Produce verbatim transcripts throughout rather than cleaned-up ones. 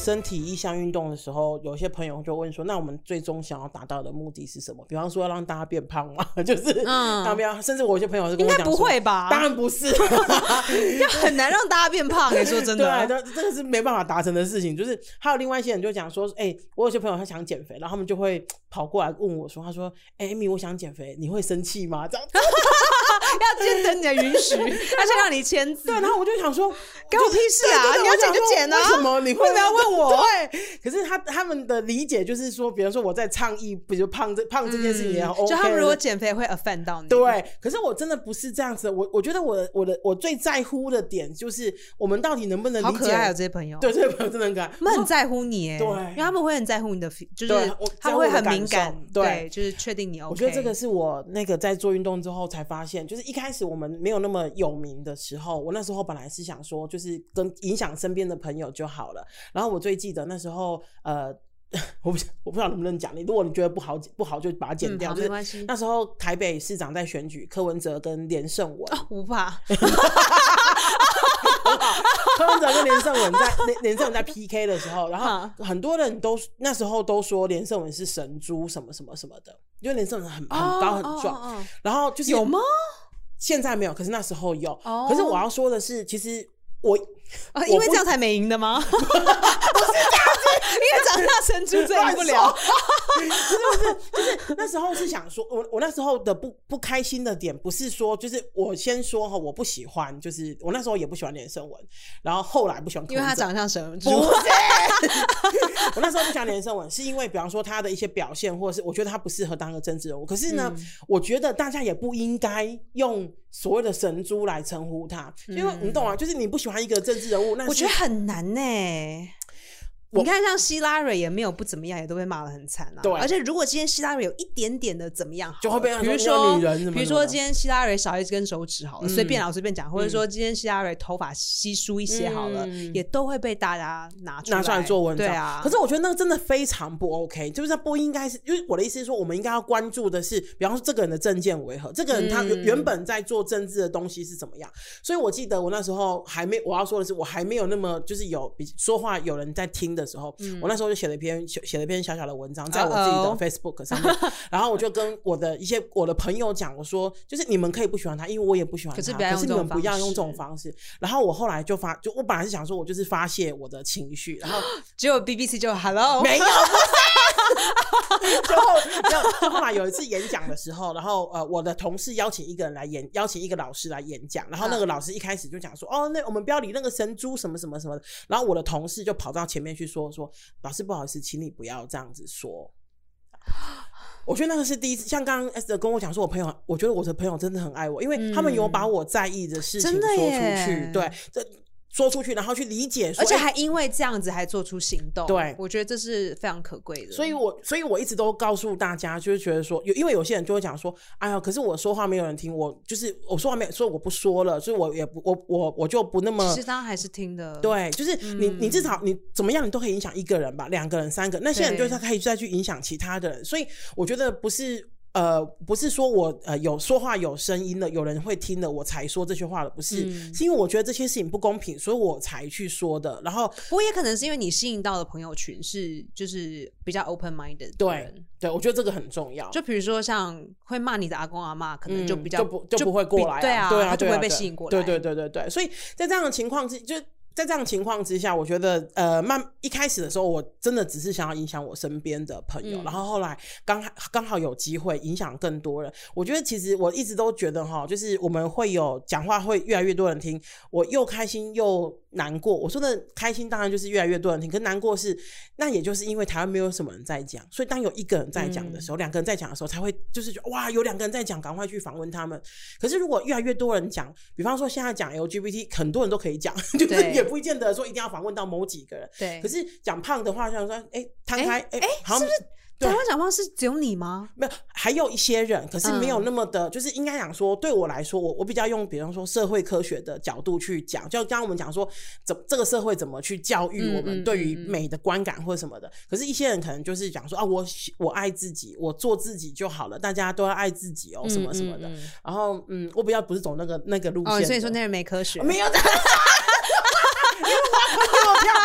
身体意向运动的时候，有些朋友就问说，那我们最终想要达到的目的是什么？比方说要让大家变胖嘛，就是嗯，要不要？甚至我有些朋友是跟我讲说， 应该不会吧？ 当然不是， 要很难让大家变胖。你说真的， 对，这这个是没办法达成的事情。就是还有另外一些人就讲说，哎、欸，我有些朋友他想减肥，然后他们就会跑过来问我说，他说，哎、欸、，Amy， 我想减肥，你会生气吗？这样子。 要先等你的允许，他先让你签字。 对，然后我就想说， 关我屁事啊！你要减就减啊！ 为什么你会不要问我？ 对，可是他他们的理解就是说，比如说我在倡议，比如胖这胖这件事情也 OK，、嗯、 就他们如果减肥会 offend 到你。 对，可是我真的不是这样子的。我我觉得我的我的我最在乎的点就是，我们到底能不能理解？ 好可爱有这些朋友， 对，这些朋友真的很可爱， 他们很在乎你耶， 对， 因为他们会很在乎你的，就是他们会很敏感，对，对就是确定你 OK。 我觉得这个是我那个在做运动之后才发现，就是一开始我们没有那么有名的时候，我那时候本来是想说，就是跟影响身边的朋友就好了。然后我最记得那时候，呃。我不我不知道能不能讲，你如果你觉得不好不好就把它剪掉。 嗯、没关系。 那时候台北市长在选举，柯文哲跟连胜文。 哦，不怕。 柯文哲跟连胜文在连胜文在 P K 的时候，然后很多人都那时候都说连胜文是神猪什么什么什么的，因为连胜文很很高很壮、哦哦哦，然后就是有吗？ 现在没有，可是那时候有。哦、可是我要说的是，其实我、 哦、因为这样才没赢的吗？不是这样子，因为长大神猪这赢不了。 不是不是，就是那时候是想说，我我那时候的不不开心的点，不是说，就是我先说哈，我不喜欢，就是我那时候也不喜欢连胜文，然后后来不喜欢柯文哲， 因为他长得像神猪。 不是，我那时候不喜欢连胜文，是因为比方说他的一些表现，或者是我觉得他不适合当个政治人物。可是呢、嗯，我觉得大家也不应该用所谓的神猪来称呼他，嗯、因为你懂啊，就是你不喜欢一个政治人物，那我觉得很难呢、欸。你看像希拉蕊也没有不怎么样，也都被骂得很惨啊。 对， 而且如果今天希拉蕊有一点点的怎么样， 就会被比如说女人什么什么， 比如说今天希拉蕊少一根手指好了，随、嗯、便啊随便讲，或者说今天希拉蕊头发稀疏一些好了、嗯，也都会被大家拿出来拿出来做文章。 对啊， 可是我觉得那个真的非常不 OK， 就是不应该是，因为我的意思是说，我们应该要关注的是，比方说这个人的政见为何，这个人他原本在做政治的东西是怎么样。嗯、所以我记得我那时候还没，我要说的是，我还没有那么就是有说话有人在听的时候，嗯、我那时候。时候就写了一篇写了一篇小小的文章，在我自己的 Facebook 上面， uh-oh. 然后我就跟我的一些我的朋友讲，我说就是你们可以不喜欢他，因为我也不喜欢他，可是, 可是你们不要用这种方式。然后我后来就发，就我本来是想说我就是发泄我的情绪，然后结果 B B C 就 Hello 没有。最后，就后来有一次演讲的时候，然后呃，我的同事邀请一个人来演，邀请一个老师来演讲，然后那个老师一开始就讲说，哦，那我们不要理那个神猪什么什么什么的，然后我的同事就跑到前面去说说，老师不好意思，请你不要这样子说。我觉得那个是第一次，像刚刚 Esther 跟我讲说，我朋友，我觉得我的朋友真的很爱我，因为他们有把我在意的事情说出去，对，这。说出去，然后去理解， 而且还因为这样子还做出行动。 对， 我觉得这是非常可贵的。 所以我，所以我一直都告诉大家，就是觉得说，有因为有些人就会讲说，哎呀，可是我说话没有人听，我就是我说话没有，所以我不说了，所以我也不，我我我就不那么。 其实大家还是听的。 对，就是你，嗯、你至少你怎么样，你都可以影响一个人吧，两个人、三个，那些人就是可以再去影响其他的人。所以我觉得不是。呃，不是说我呃有说话有声音了，有人会听了我才说这些话的，不是、嗯，是因为我觉得这些事情不公平，所以我才去说的。然后， 不过也可能是因为你吸引到的朋友群是就是比较 open minded 的人， 对，对，我觉得这个很重要。 就比如说像会骂你的阿公阿嬷，可能就比较、 嗯、就不就不会过来、啊， 对啊， 对啊， 他就不会被吸引过来。 对对对对对，所以在这样的情况之就。在这样的情况之下，我觉得呃，慢一开始的时候，我真的只是想要影响我身边的朋友，嗯、然后后来刚刚好有机会影响更多人。我觉得其实我一直都觉得哈，就是我们会有讲话会越来越多人听，我又开心又难过。我说的开心当然就是越来越多人听，可是难过是那也就是因为台湾没有什么人在讲，所以当有一个人在讲的时候，嗯、两个人在讲的时候，才会就是觉得哇，有两个人在讲，赶快去访问他们。可是如果越来越多人讲，比方说现在讲 L G B T， 很多人都可以讲，就是也不见得说一定要访问到某几个人。 对。 可是讲胖的话，像说，哎，摊开，哎，好像是不是台湾讲胖是只有你吗？ 没有，还有一些人，可是没有那么的，嗯、就是应该讲说，对我来说，我我比较用，比方说社会科学的角度去讲，就刚刚我们讲说，怎这个社会怎么去教育我们对于美的观感或什么的。嗯嗯嗯、可是，一些人可能就是讲说啊，我我爱自己，我做自己就好了，大家都要爱自己哦，什么什么的。嗯嗯嗯、然后，嗯，我比较不是走那个那个路线。 哦，所以说那人没科学， 没有的。因为我要跳，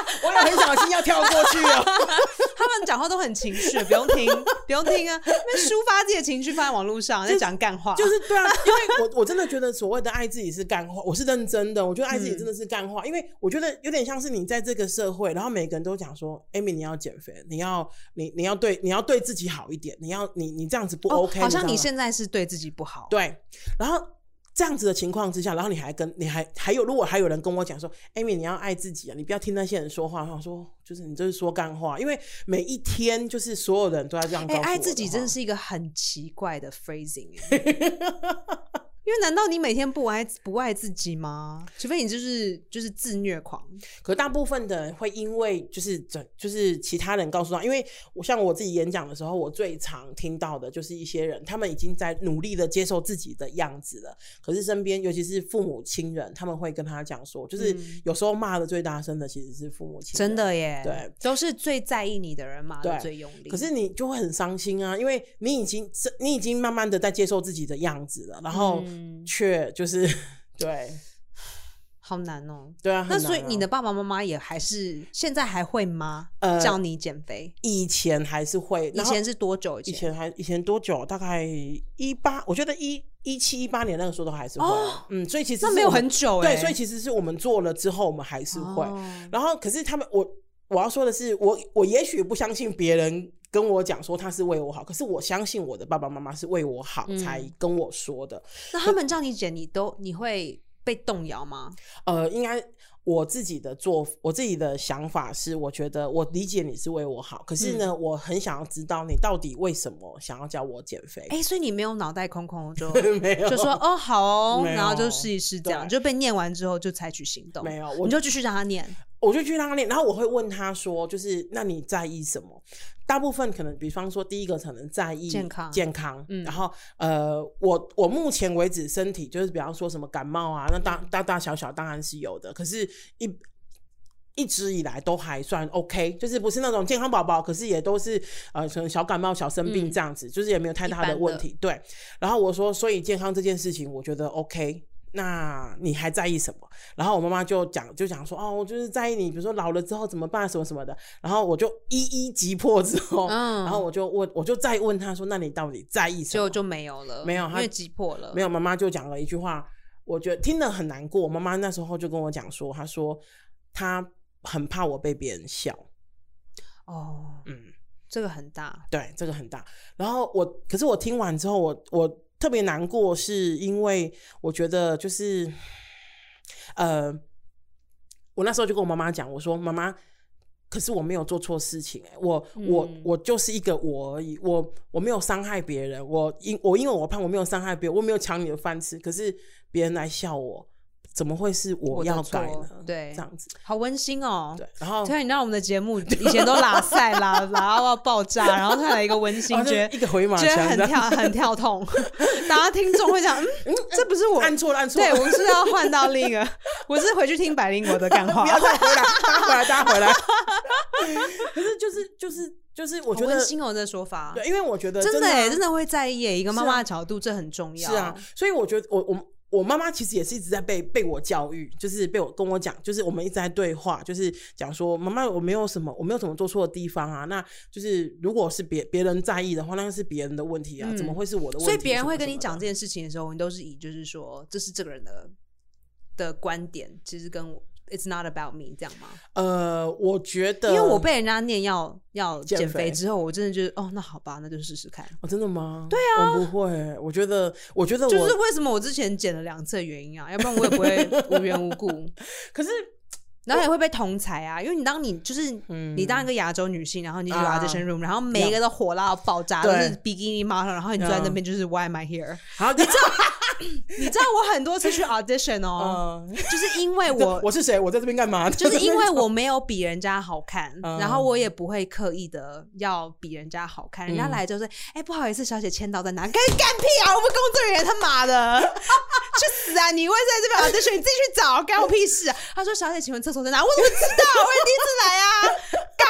我也很小心要跳过去哦。 他们讲话都很情绪，不用听，不用听啊，那抒发自己的情绪放在网络上，在讲干话， 就是对啊，因为我我真的觉得所谓的爱自己是干话，我是认真的，我觉得爱自己真的是干话，嗯、因为我觉得有点像是你在这个社会，然后每个人都讲说 ，Amy 你要减肥，你要你你要对你要对自己好一点，你要你你这样子不 OK，、哦、 好像你现在是对自己不好， 对，然后。这样子的情况之下，然后你还跟你还还有，如果还有人跟我讲说 ，Amy 你要爱自己啊，你不要听那些人说话。我说就是你这是说干话，因为每一天就是所有人都在这样告诉我的话。 哎、欸，爱自己真的是一个很奇怪的 phrasing 因为难道你每天不爱不爱自己吗？除非你就是就是自虐狂。 可大部分的人会因为就是就是其他人告诉他，因为我像我自己演讲的时候，我最常听到的就是一些人，他们已经在努力的接受自己的样子了，可是身边尤其是父母亲人，他们会跟他讲说，就是有时候骂的最大声的其实是父母亲人， 真的耶， 对， 都是最在意你的人骂的最用力。 可是你就会很伤心啊，因为你已经你已经慢慢的在接受自己的样子了，然后却、嗯就是对， 好难哦。 对啊， 那所以你的爸爸妈妈也还是现在还会吗？呃，叫你减肥？ 以前还是会。 以前是多久以前？ 以前还以前多久？大概一八，我觉得一一七一八年那个时候都还是会。哦、嗯，所以其实那没有很久哎、 欸。对，所以其实是我们做了之后，我们还是会。哦、然后，可是他们，我我要说的是，我我也许不相信别人跟我讲说他是为我好，可是我相信我的爸爸妈妈是为我好才跟我说的。嗯、 那他们叫你减，你都你会被动摇吗？ 呃，应该我自己的做，我自己的想法是，我觉得我理解你是为我好，可是呢，嗯、我很想要知道你到底为什么想要叫我减肥。 哎、欸，所以你没有脑袋空空就没有就说哦好哦，然后就试一试，这样就被念完之后就采取行动。 没有， 你就继续让他念。 我就去让他练，然后我会问他说，就是那你在意什么？大部分可能，比方说，第一个可能在意健康， 健康，嗯、然后呃，我我目前为止身体就是，比方说什么感冒啊，那大大大小小当然是有的，可是一一直以来都还算 OK， 就是不是那种健康宝宝，可是也都是呃可能小感冒、小生病这样子，嗯、就是也没有太大的问题。对，然后我说，所以健康这件事情，我觉得 OK。那你还在意什么？然后我妈妈就讲就讲说，哦，我就是在意你，比如说老了之后怎么办，什么什么的。然后我就一一击破之后，嗯、然后我就问，我就再问她说，那你到底在意什么？ 就就没有了， 没有， 因为击破了。 没有，妈妈就讲了一句话，我觉得听得很难过。妈妈那时候就跟我讲说，她说她很怕我被别人笑。 哦，嗯，这个很大， 对，这个很大。然后我，可是我听完之后，我我。特别难过，是因为我觉得就是，呃，我那时候就跟我妈妈讲，我说妈妈，可是我没有做错事情、欸，我、嗯、我我就是一个我而已，我我没有伤害别人，我因我因为我胖，我没有伤害别人，我没有抢你的饭吃，可是别人来笑我。怎么会是我要改呢？ 对， 这样子好温馨哦。 对，然后突然你让我们的节目以前都拉塞拉拉到爆炸，然后突然来一个温馨，觉得一个回马枪， 觉得很跳很跳痛。大家听众会讲，嗯，嗯这不是我按错了，按错了。 对，我们是要换到另一个，我是回去听百灵果的干话。 不要再回来，大家回来，大家回来。可是就是就是就是，我觉得温馨哦，这说法。 对，因为我觉得真的哎， 真的会在意一个妈妈的角度，这很重要。 是啊，所以我觉得我我。我妈妈其实也是一直在被被我教育，就是被我跟我讲，就是我们一直在对话，就是讲说妈妈我没有什么我没有什么做错的地方啊，那就是如果是别别人在意的话，那是别人的问题啊、嗯，怎么会是我的问题？ 所以别人会跟你讲这件事情的时候，你都是以就是说这是这个人的的观点，其实跟我。It's not about me 这样吗？ 呃，我觉得， 因为我被人家念要要减肥之后，我真的觉得哦，那好吧，那就试试看。 哦，真的吗？ 对啊， 我不会。我觉得，我觉得我就是为什么我之前减了两次的原因啊，要不然我也不会无缘无故。 可是。 然后也会被同才啊，因为你当你就是、嗯、你当一个亚洲女性，然后你去 audition room，、啊、然后每一个都火辣到爆炸，都是 bikini model， 然后你坐在那边就是 Why am I here？ 好，你知道你知道我很多次去 audition 哦，嗯、就是因为我我是谁？我在这边干嘛？ 就是因为我没有比人家好看，嗯、然后我也不会刻意的要比人家好看，人家来就是哎、嗯欸、不好意思，小姐签到在哪？干干屁啊！我们工作人员他妈的去死啊！你会在这边 audition， 你自己去找，干我屁事啊！他说小姐，请问厕所在哪？我怎么知道？我也第一次来啊！干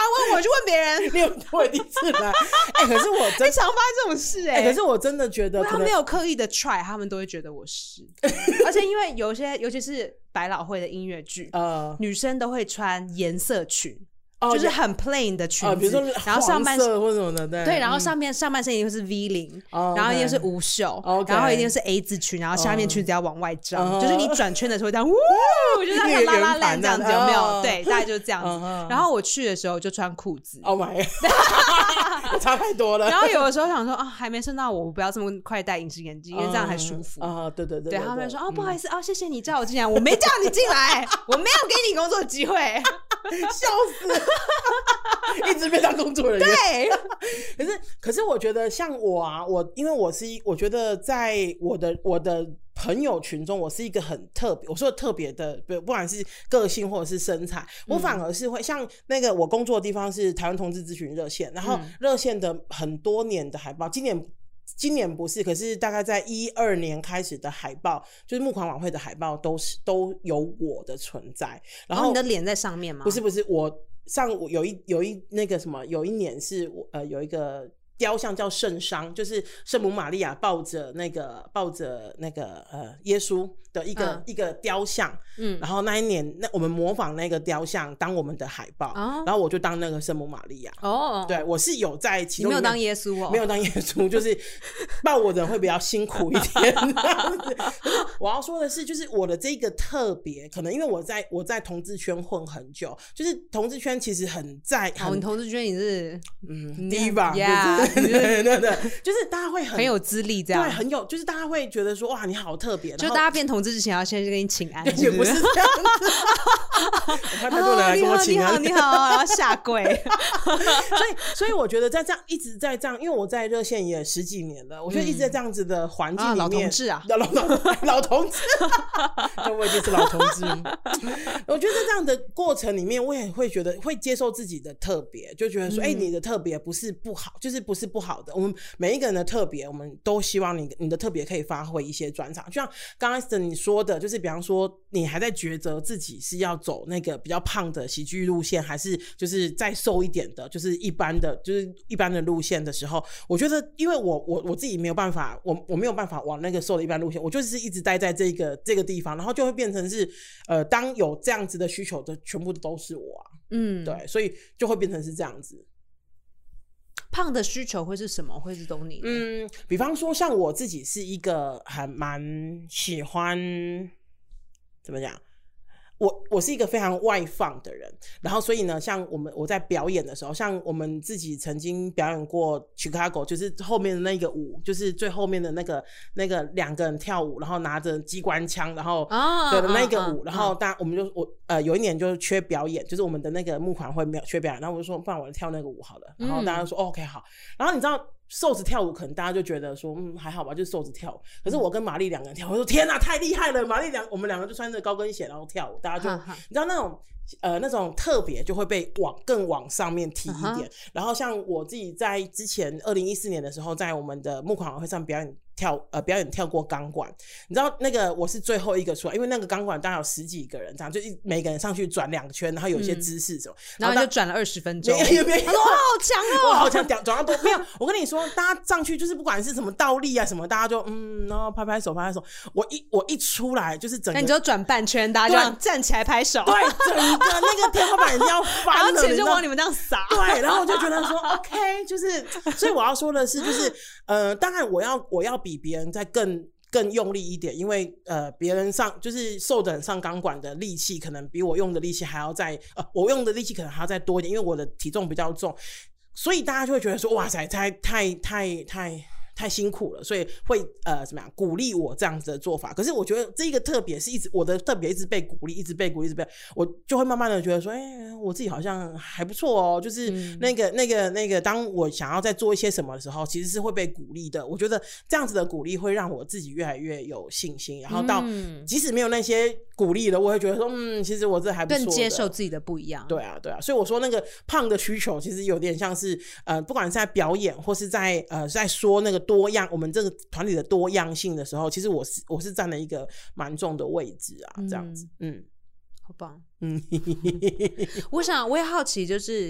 问我，去问别人。 你有我第一次来，哎、欸，可是我真常发生这种事、欸，哎、 欸，可是我真的觉得， 他没有刻意的 try， 他们都会觉得我是。而且因为有些，尤其是百老汇的音乐剧，呃，女生都会穿颜色裙。哦、就是很 plain 的裙子，哦、 比如说然后上半身或什么的，对， 对，然后上面、嗯、上半身一定是 V 领，哦、然后一定是无袖，哦、然后一定是 A 字裙，然后下面裙子要往外张，哦、就是你转圈的时候这样，呜，就是像拉拉链这样子，有没有？哦、对，大概就是这样子。哦、然后我去的时候就穿裤子 ，Oh my god， 差太多了。 然后有的时候想说啊，还没升到我，我不要这么快戴隐形眼镜，因为这样还舒服。 啊、哦，对对 对, 对, 对, 对，他们说哦，不好意思，哦，谢谢你叫我进来，我没叫你进来，我没有给你工作机会， 笑死。一直被当工作人员， 对。 可是，可是我觉得像我啊，我因为我是一，我觉得在我的我的朋友群中，我是一个很特别，我说的特别的，不不管是个性或者是身材，我反而是会、嗯、像那个我工作的地方是台湾同志咨询热线，然后热线的很多年的海报，今年。今年不是，可是大概在一二年开始的海报，就是募款晚会的海报，都是都有我的存在。然后、 哦、你的脸在上面吗？ 不是不是，我上有一有一那个什么，有一年是我呃有一个雕像叫圣殇，就是圣母玛利亚抱着那个抱着那个呃耶稣的一个、嗯、一个雕像，嗯，然后那一年那我们模仿那个雕像当我们的海报，哦、然后我就当那个圣母玛利亚。哦，对，我是有在其中， 你没有当耶稣哦， 没有当耶稣，就是抱我的人会比较辛苦一点。可是我要说的是，就是我的这个特别，可能因为我在我在同志圈混很久，就是同志圈其实很在很， 哦，你同志圈也是嗯第一吧， yeah, 对对对对，就是大家会很很有资历，这样对，很有，就是大家会觉得说哇你好特别， 就大家变同志之前要先跟你请安， 也不是这样子。我看太多人来跟我请安， 你好，你好，你好，然后下跪。 所以，所以我觉得在这样一直在这样，因为我在热线也十几年了，我觉得一直在这样子的环境里面，嗯啊、 老同志啊， 老老老同志，我已经是老同志。我觉得在这样的过程里面，我也会觉得会接受自己的特别，就觉得说，哎、嗯欸，你的特别不是不好，就是不是不好的。我们每一个人的特别，我们都希望你你的特别可以发挥一些专长，就像刚开始你说的，就是比方说你还在抉择自己是要走那个比较胖的喜剧路线，还是就是再瘦一点的，就是一般的，就是一般的路线的时候，我觉得因为我我我自己没有办法，我我没有办法往那个瘦的一般路线，我就是一直待在这个这个地方，然后就会变成是呃，当有这样子的需求的，全部都是我啊，嗯，对，所以就会变成是这样子。 胖的需求会是什么？会是懂你的？ 嗯，比方说像我自己是一个还蛮喜欢怎么讲，我我是一个非常外放的人，然后所以呢，像我们我在表演的时候，像我们自己曾经表演过 Chicago， 就是后面的那个舞，就是最后面的那个那个两个人跳舞，然后拿着机关枪，然后对的那个舞， oh, oh, oh, 然后大家我们就我呃有一年就缺表演，就是我们的那个募款会没有缺表演，然后我就说不然我跳那个舞好了，然后大家就说、嗯哦、OK 好，然后你知道瘦子跳舞可能大家就觉得说嗯还好吧，就是瘦子跳舞，可是我跟玛丽两个人跳，我说天哪太厉害了，玛丽两我们两个就穿着高跟鞋然后跳舞，大家就你知道那种呃那种特别就会被往更往上面提一点、uh-huh. 然后像我自己在之前二零一四年的时候在我们的募款晚会上表演跳呃表演跳过钢管，你知道那个我是最后一个出来，因为那个钢管大概有十几个人这样，就一每个人上去转两圈，然后有一些姿势什么、嗯、 然后就转了二十分钟， 没有没有，他说哇好强哦， 哇好强，转到多没有，我跟你说大家上去就是不管是什么倒立啊什么，大家就嗯然后拍拍手拍拍手，我一我一出来就是整个， 那你就转半圈，大家就站起来拍手， 对，整个那个天花板已经要翻了， 然后钱就往你们这样撒， 对，然后我就觉得说 OK， 就是所以我要说的是就是呃当然我要我要比别人再更更用力一点，因为呃别人上就是瘦的人上钢管的力气可能比我用的力气还要再呃我用的力气可能还要再多一点，因为我的体重比较重，所以大家就会觉得说哇塞太太太太太辛苦了，所以会呃怎么样鼓励我这样子的做法。可是我觉得这个特别是一直我的特别一直被鼓励一直被鼓励一直被，我就会慢慢的觉得说哎、欸，我自己好像还不错哦，就是那个、嗯、那个那个当我想要再做一些什么的时候其实是会被鼓励的，我觉得这样子的鼓励会让我自己越来越有信心，然后到、嗯、即使没有那些鼓励的我会觉得说嗯其实我这还不错的， 更接受自己的不一样。 对啊对啊，所以我说那个胖的需求其实有点像是呃不管是在表演或是在呃在说那个多样我们这个团体的多样性的时候，其实我是我是占了一个蛮重的位置啊，这样子，嗯， 好棒，嗯，我想我也好奇，就是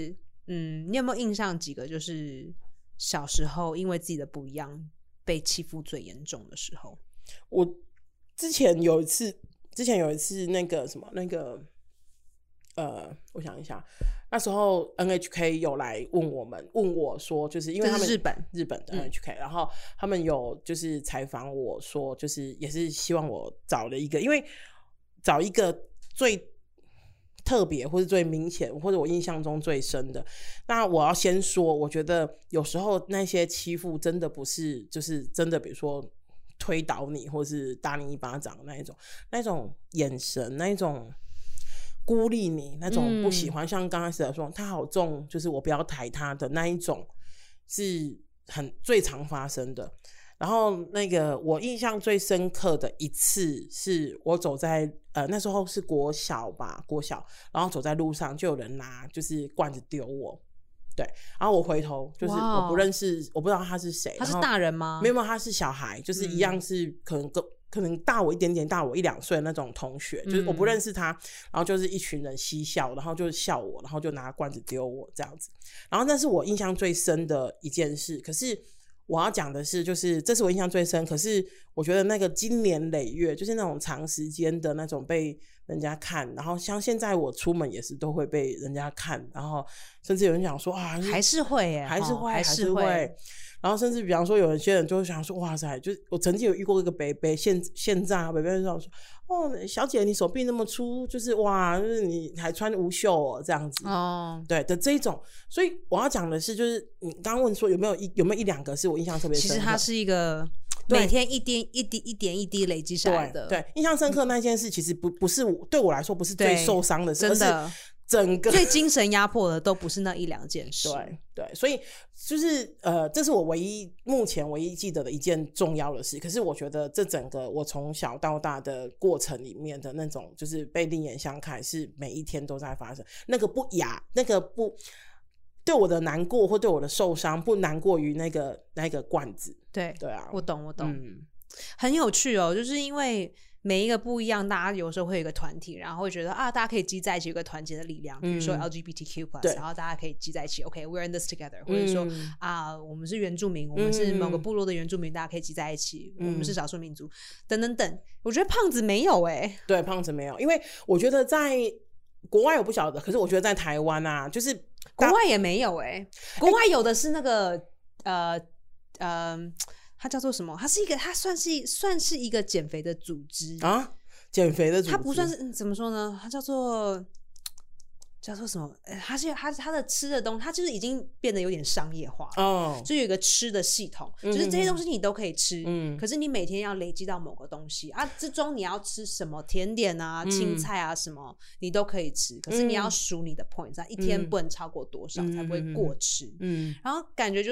嗯，你有没有印象几个就是小时候因为自己的不一样被欺负最严重的时候？ 我之前有一次，之前有一次那个什么那个呃，我想一下，那时候 N H K 有来问我们，问我说，就是因为他们日本日本的 N H K，、嗯、然后他们有就是采访我说，就是也是希望我找了一个，因为找一个最特别或者最明显或者我印象中最深的。那我要先说，我觉得有时候那些欺负真的不是就是真的，比如说推倒你或是打你一巴掌的那一种，那种眼神，那一种孤立你，那种不喜欢、嗯、像刚开始的说他好重，就是我不要抬他的那一种，是很最常发生的。然后那个我印象最深刻的一次是我走在呃那时候是国小吧，国小，然后走在路上就有人拿就是罐子丢我，对，然后我回头就是我不认识， wow, 我不知道他是谁， 他是大人吗？ 没有没有，他是小孩，就是一样是可能跟、嗯、可能大我一点点，大我一两岁的那种同学，就是我不认识他，然后就是一群人嬉笑，然后就笑我，然后就拿罐子丢我这样子。然后那是我印象最深的一件事。可是我要讲的是，就是这是我印象最深，可是我觉得那个经年累月，就是那种长时间的那种被人家看，然后像现在我出门也是都会被人家看，然后甚至有人讲说啊， 还是会耶， 还是会， 还是会， 然后甚至比方说有一些人就会想说，哇塞，就是我曾经有遇过一个伯伯，现现在啊，伯伯就说，哦，小姐你手臂那么粗，就是哇，就是你还穿无袖哦，这样子哦，对的这一种。所以我要讲的是，就是你刚刚问说有没有一有没有一两个是我印象特别深刻， 其实它是一个每天一点一滴一点一滴累积下来的。 对，对，印象深刻那件事其实不不是对我来说不是最受伤的事， 真的。 整个最精神压迫的都不是那一两件事。 对对，所以就是呃，这是我唯一目前唯一记得的一件重要的事。可是我觉得这整个我从小到大的过程里面的那种就是被另眼相看，是每一天都在发生。那个不雅，那个不对我的难过或对我的受伤，不难过于那个那个罐子。 对对啊， 我懂我懂、嗯，很有趣哦，就是因为每一个不一样，大家有时候会有一个团体，然后会觉得啊，大家可以集在一起，有一个团结的力量。比如说 L G B T Q plus，、嗯、然后大家可以集在一起 ，OK， we're in this together，、嗯、或者说啊，我们是原住民，我们是某个部落的原住民，大家可以集在一起，嗯、我们是少数民族，等等等。我觉得胖子没有哎、欸， 对，胖子没有，因为我觉得在国外我不晓得，可是我觉得在台湾啊，就是国外也没有哎、欸，国外有的是那个、欸、呃呃。它叫做什么？它是一个，它算是算是一个减肥的组织啊，减肥的组织。 它不算是、嗯、怎么说呢？它叫做叫做什么？它是它它的吃的东西，它就是已经变得有点商业化了哦。就有一个吃的系统，嗯、就是这些东西你都可以吃，嗯，可是你每天要累积到某个东西啊，之中你要吃什么甜点啊、嗯、青菜啊什么，你都可以吃，可是你要数你的 points，、嗯、一天不能超过多少、嗯、才不会过吃。嗯，然后感觉就是。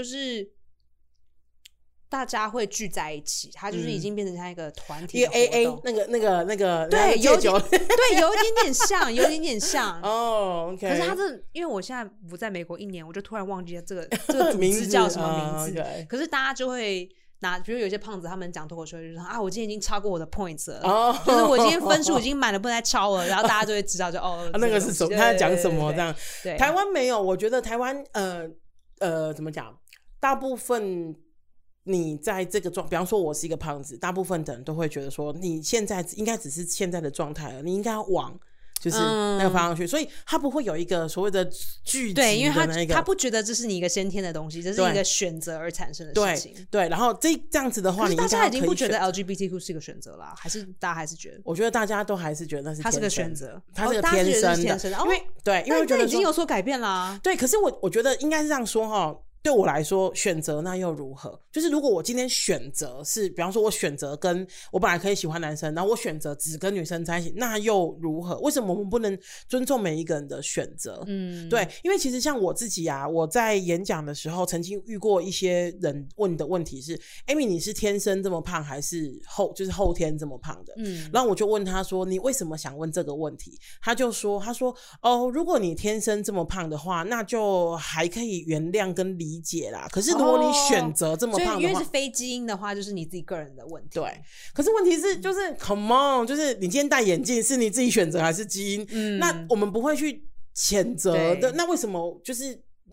大家会聚在一起，它就是已经变成像一个团体的活动，一个 A A 那个那个那个对，有点对，有一点点像，有一点点像哦。Oh, okay. 可是它这，因为我现在不在美国一年，我就突然忘记了这个这个组织叫什么名字。 oh, okay. 可是大家就会拿，比如有些胖子他们讲脱口秀就说啊，我今天已经超过我的 points 了， oh, 就是我今天分数已经满了，不能再超了，然后大家就会知道就哦， 那个是什么，他在讲什么这样。对，台湾没有，我觉得台湾呃呃怎么讲，大部分。你在这个状，比方说我是一个胖子，大部分的人都会觉得说你现在应该只是现在的状态了，你应该要往就是那个方向去、嗯、所以他不会有一个所谓的聚集的、那个、 对，因为他他不觉得这是你一个先天的东西，这是一个选择而产生的事情。 对, 对，然后这这样子的话，你应该大家已经不觉得 L G B T Q 是一个选择啦，还是大家还是觉得？ 我觉得大家都还是觉得那是它是个选择， 它是个天生的， 哦、天生的， 因为、哦、对，因为我觉得已经有所改变啦。 对，可是我我觉得应该是这样说哈。对我来说，选择那又如何？就是如果我今天选择是，比方说我选择跟我本来可以喜欢男生，然后我选择只跟女生在一起，那又如何？为什么我们不能尊重每一个人的选择？嗯，对，因为其实像我自己啊，我在演讲的时候曾经遇过一些人问的问题是 ：Amy， 你是天生这么胖，还是后就是后天这么胖的？嗯，然后我就问他说：“你为什么想问这个问题？”他就说：“他说哦，如果你天生这么胖的话，那就还可以原谅跟理。”理解啦，可是如果你选择这么胖的话、 哦、所以因为是非基因的话，就是你自己个人的问题。 对，可是问题是就是 come on， 就是你今天戴眼镜是你自己选择还是基因、嗯、那我们不会去谴责的，那为什么就是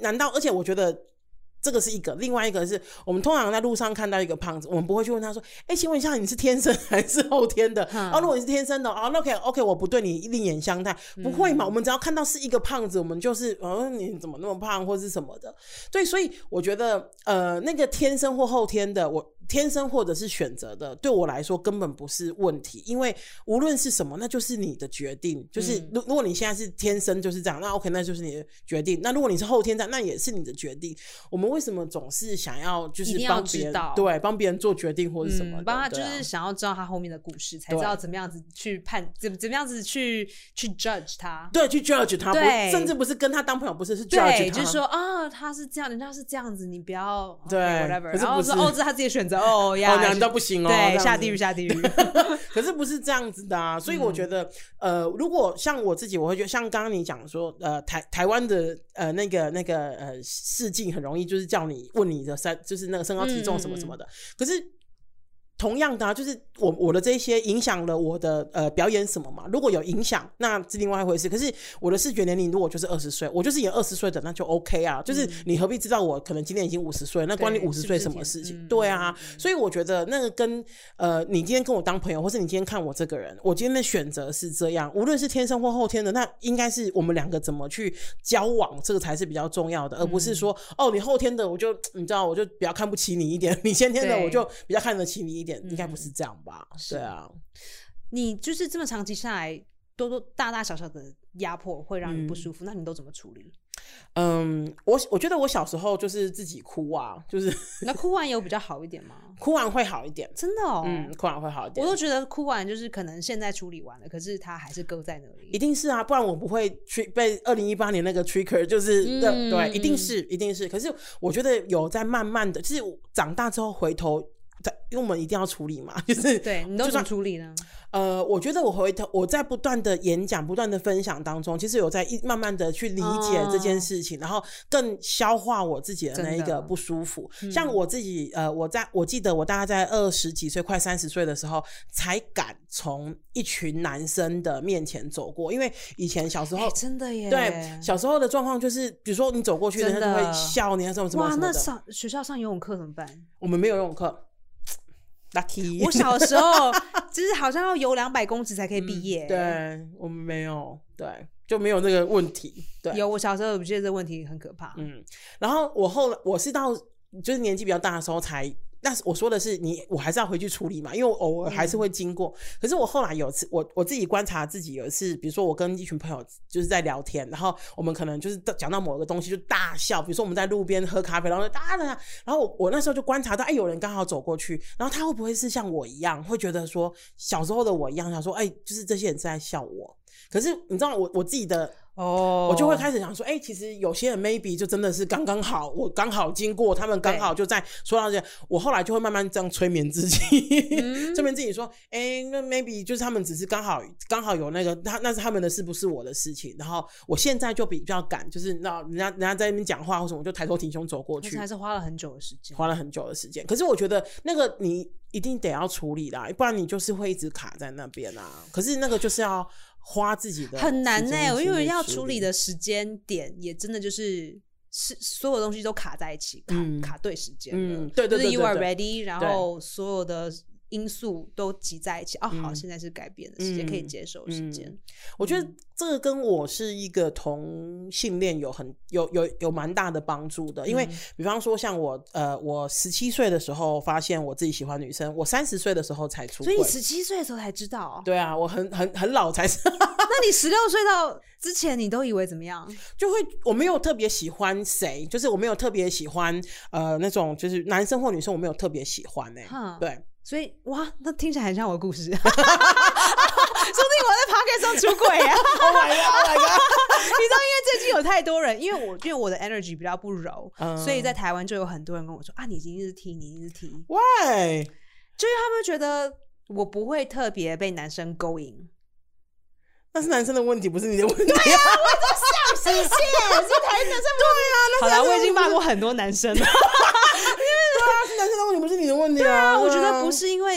难道而且我觉得这个是一个，另外一个是我们通常在路上看到一个胖子，我们不会去问他说哎、欸，请问一下你是天生还是后天的、嗯、哦，如果你是天生的哦，那 OK OK 我不对你另眼相待，不会嘛、嗯、我们只要看到是一个胖子，我们就是哦你怎么那么胖或是什么的。对，所以我觉得呃那个天生或后天的，我天生或者是选择的，对我来说根本不是问题，因为无论是什么那就是你的决定，就是如如果你现在是天生就是这样，那 OK 那就是你的决定，那如果你是后天这样那也是你的决定。我们为什么总是想要就是帮别人对帮别人做决定或者什么的， 帮、嗯、他就是想要知道他后面的故事，才知道怎么样子去判怎怎么样子去去 judge 他， 对，去 judge 他，对，甚至不是跟他当朋友，不是是 judge 他， 对，就是说啊、哦、他是这样，人家是这样子，你不要对、okay, whatever， 可是不是然后说哦这是他自己的选择哦呀， 哦难道不行哦， 对，下地狱下地狱可是不是这样子的啊，所以我觉得、嗯、呃如果像我自己，我会觉得像刚刚你讲说呃台台湾的呃那个那个呃试镜很容易就是叫你问你的三就是那个身高体重什么什么的、嗯、可是同样的、啊、就是我我的这些影响了我的呃表演什么嘛？如果有影响，那是另外一回事。可是我的视觉年龄如果就是二十岁，我就是演二十岁的，那就 OK 啊。就是你何必知道我可能今年已经五十岁，那关你五十岁什么事情？是是对啊、嗯，所以我觉得那个跟呃你今天跟我当朋友，或是你今天看我这个人，我今天的选择是这样，无论是天生或后天的，那应该是我们两个怎么去交往，这个才是比较重要的，而不是说、嗯、哦你后天的我就你知道我就比较看不起你一点，你先天的我就比较看得起你一点。应该不是这样吧、嗯、对啊， 你就是这么长期下来多多大大小小的压迫会让你不舒服、嗯、那你都怎么处理？ 嗯，我我觉得我小时候就是自己哭啊，就是那哭完有比较好一点吗？ 哭完会好一点， 真的哦， 嗯，哭完会好一点。 我都觉得哭完就是可能现在处理完了，可是它还是搁在那里。 一定是啊，不然我不会去被二零一八年那个 trigger 就是、嗯、对, 对，一定是一定是。可是我觉得有在慢慢的，就是长大之后回头。因为我们一定要处理嘛，就是对你都怎么处理呢？ 呃，我觉得我回头我在不断的演讲、不断的分享当中，其实有在一慢慢的去理解这件事情，哦、然后更消化我自己的那一个不舒服。像我自己，呃，我在我记得我大概在二十几岁、快三十岁的时候，才敢从一群男生的面前走过，因为以前小时候、欸、 真的耶， 对，小时候的状况就是，比如说你走过去，人家就会笑你啊什么什么什么的。 哇，那上学校上游泳课怎么办？ 我们没有游泳课。Lucky 我小时候就是好像要游两百公尺才可以毕业、 嗯、对，我们没有，对，就没有这个问题。对， 有，我小时候我觉得这个问题很可怕。 嗯，然后我后来我是到就是年纪比较大的时候才，但是我说的是你我还是要回去处理嘛，因为我偶尔还是会经过、嗯、可是我后来有次我我自己观察自己，有一次比如说我跟一群朋友就是在聊天，然后我们可能就是讲到某个东西就大笑，比如说我们在路边喝咖啡，然后就大大，然后 我, 我那时候就观察到哎，有人刚好走过去，然后他会不会是像我一样会觉得说小时候的我一样想说哎，就是这些人是在笑我，可是你知道我我自己的哦， oh. 我就会开始想说哎、欸，其实有些人 maybe 就真的是刚刚好，我刚好经过，他们刚好就在说到这些，我后来就会慢慢这样催眠自己、嗯、催眠自己说哎、欸，那 maybe 就是他们只是刚好刚好有那个他那是他们的事，不是我的事情，然后我现在就比较敢，就是那人家人家在那边讲话或什么，我就抬头挺胸走过去， 还是花了很久的时间， 花了很久的时间，可是我觉得那个你一定得要处理啦，不然你就是会一直卡在那边啊，可是那个就是要花自己的很难呢、欸，因为要处理的时间点也真的就是是所有东西都卡在一起，卡、嗯、卡对时间了，嗯， 对对对对对，就是 you are ready， 然后所有的因素都挤在一起，哦，好，现在是改变的时间、嗯，可以接受的时间、嗯。 我觉得这个跟我是一个同性恋有很有有有蛮大的帮助的，因为比方说像我呃，我十七岁的时候发现我自己喜欢女生，我三十岁的时候才出柜， 所以你十七岁的时候才知道？ 对啊，我很很很老才知道。 那你十六岁到之前，你都以为怎么样？ 就会我没有特别喜欢谁，就是我没有特别喜欢呃那种就是男生或女生，我没有特别喜欢哎、欸，对。 所以哇，那听起来很像我的故事，说不定我在 podcast 上出轨啊 ！Oh my god！ Oh my god！ 你知道，因为最近有太多人，因为我因为我的 energy 比较不柔、嗯，所以在台湾就有很多人跟我说啊，你一定是 T， 你一定是 T。Why？ 就是他们觉得我不会特别被男生勾引。 那是男生的问题，不是你的问题。 对啊，我就想谢谢，是台男生。对啊， 好啦，我已经骂过很多男生了。 对啊，是男生的问题，不是你的问题啊。 对啊，我觉得不是因为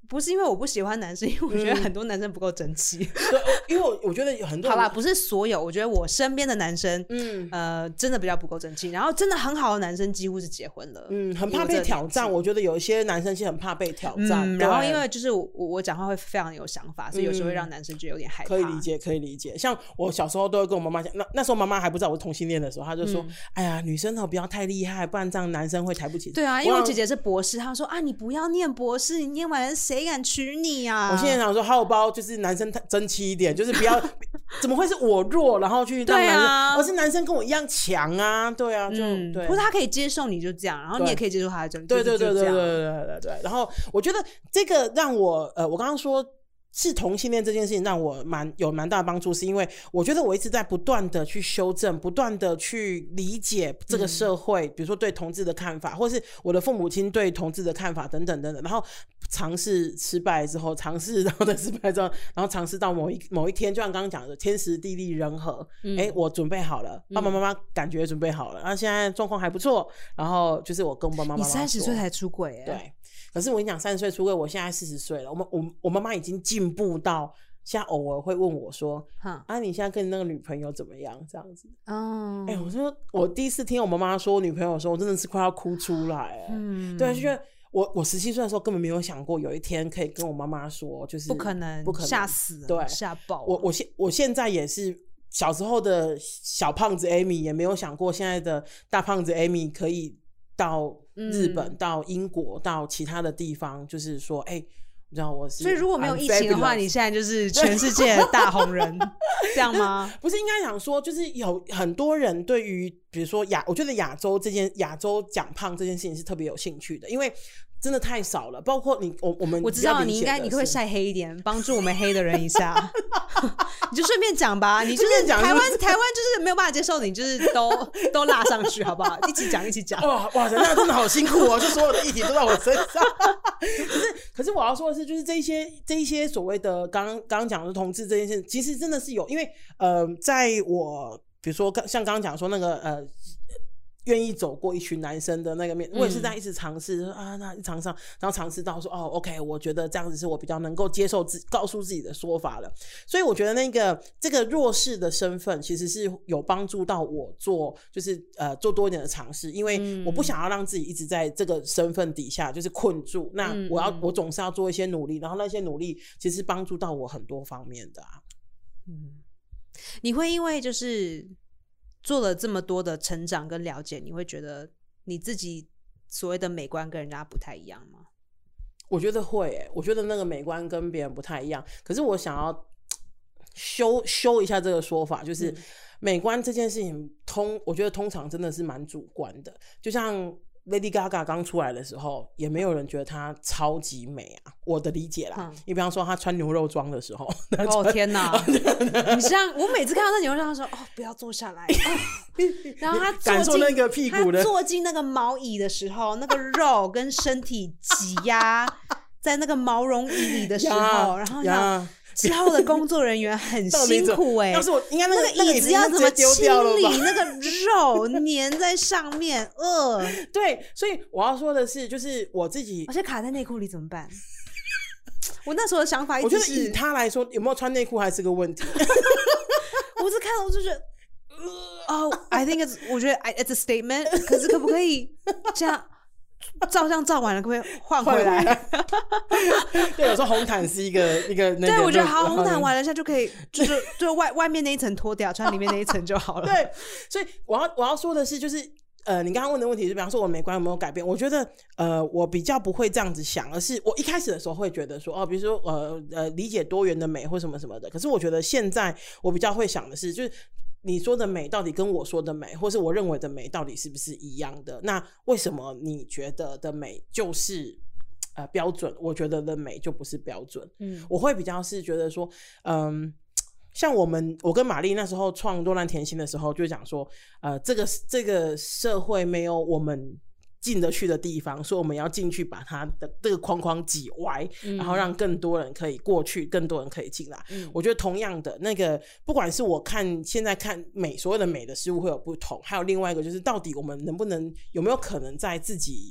不是因为我不喜欢男生，因为我觉得很多男生不够争气。 对，因为我我觉得有很多人， 好啦，不是所有，我觉得我身边的男生，嗯，呃，真的比较不够争气。然后真的很好的男生几乎是结婚了， 嗯，很怕被挑战。我觉得有一些男生是很怕被挑战， 嗯、然后因为就是我我讲话会非常有想法，所以有时候会让男生觉得有点害怕。 可以理解，可以理解。像我小时候都会跟我妈妈讲，那那时候妈妈还不知道我是同性恋的时候，她就说：“嗯、哎呀，女生哦不要太厉害，不然这样男生会抬不起。” 对啊，因为我姐姐是博士，她说啊，你不要念博士，你念完了谁敢娶你？啊、 我现在想说好包就是男生争气一点，就是不要怎么会是我弱然后去让男生，而、啊、是男生跟我一样强啊，对啊，就、嗯、对， 不是他可以接受你就这样，然后你也可以接受他的这样， 对对对对对对对对对。然后我觉得这个让我呃，我刚刚说是同性恋这件事情让我蛮有蛮大的帮助，是因为我觉得我一直在不断的去修正，不断的去理解这个社会、嗯、比如说对同志的看法，或是我的父母亲对同志的看法等等等等，然后尝试失败之后，尝试然后再失败之后，然后尝试到某一某一天，就像刚刚讲的天时地利人和，嗯、欸、我准备好了，爸爸妈妈感觉准备好了，然后现在状况还不错，然后就是我跟我爸爸妈妈说， 你三十岁才出轨耶？ 对。可是我跟你讲，三十岁出柜，我现在四十岁了。我们我我妈妈已经进步到现在偶尔会问我说：“啊，你现在跟你那个女朋友怎么样？”这样子。哦。哎、欸，我说我第一次听我妈妈说我女朋友的时候，我真的是快要哭出来。嗯。对，就觉得我我十七岁的时候根本没有想过有一天可以跟我妈妈说，就是不可能， 不可能， 吓死了， 对， 吓爆了。 我我现我现在也是小时候的小胖子 Amy， 也没有想过现在的大胖子 Amy 可以到日本、嗯、到英国到其他的地方，就是说哎、欸，你知道我是， 所以如果没有疫情的话，你现在就是全世界的大红人这样吗？ 不是，应该讲说就是有很多人对于比如说亚我觉得亚洲这件亚洲讲胖这件事情是特别有兴趣的，因为真的太少了，包括你我我们我知道你应该你可不可以晒黑一点，帮助我们黑的人一下？你就顺便讲吧，你就是台湾台湾就是没有办法接受你，就是都都拉上去好不好？一起讲一起讲。 哇哇塞，那真的好辛苦哦，就所有的议题都在我身上。可是可是我要说的是，就是这一些这一些所谓的刚刚刚讲的同志这件事，其实真的是有，因为呃，在我比如说像刚刚讲说那个呃。愿意走过一群男生的那个面，我也是在一直尝试、嗯、啊，那尝试，然后尝试到说哦 ，OK， 我觉得这样子是我比较能够接受自告诉自己的说法了。所以我觉得那个这个弱势的身份其实是有帮助到我做，就是呃做多一点的尝试，因为我不想要让自己一直在这个身份底下就是困住。那我要、嗯、我总是要做一些努力，然后那些努力其实帮助到我很多方面的啊。 嗯，你会因为就是做了这么多的成长跟了解，你会觉得你自己所谓的美观跟人家不太一样吗？ 我觉得会耶、欸、我觉得那个美观跟别人不太一样，可是我想要修修一下这个说法，就是美观这件事情通我觉得通常真的是蛮主观的，就像Lady Gaga 刚出来的时候也没有人觉得她超级美啊，我的理解啦、嗯、你比方说她穿牛肉装的时候， 哦天哪你像我每次看到那牛肉装的时候，哦不要坐下来、哦、然后她感受那个屁股的， 她坐进那个毛椅的时候，那个肉跟身体挤压在那个毛绒椅里的时候然后像之后的工作人员很辛苦哎、欸， 要是我应该那个那个椅子要怎么清理那个肉粘在上面？呃， 对，所以我要说的是，就是我自己， 而且卡在内裤里怎么办？我那时候的想法一直是， 我觉得以他来说，有没有穿内裤还是个问题。 我是看了我就觉得，哦、oh, ，I think it's， 我觉得 it's a statement， 可是可不可以这样？照相照完了，可不可以换回来？ 对，有时候红毯是一个一个那个。 对，我觉得好，红毯完了一下就可以，就是就外外面那一层脱掉，穿里面那一层就好了。 对，所以我要我要说的是，就是呃，你刚刚问的问题是，比方说我美观有没有改变？我觉得呃，我比较不会这样子想，而是我一开始的时候会觉得说，哦，比如说呃呃，理解多元的美或什么什么的。可是我觉得现在我比较会想的是，就是。你说的美到底跟我说的美或是我认为的美到底是不是一样的？那为什么你觉得的美就是呃标准，我觉得的美就不是标准？嗯，我会比较是觉得说嗯，像我们我跟玛丽那时候创多兰甜心的时候就讲说呃这个这个社会没有我们进得去的地方，所以我们要进去把它的这个框框挤歪、嗯、然后让更多人可以过去，更多人可以进来、嗯、我觉得同样的那个不管是我看现在看美所谓的美的事物会有不同，还有另外一个就是到底我们能不能有没有可能在自己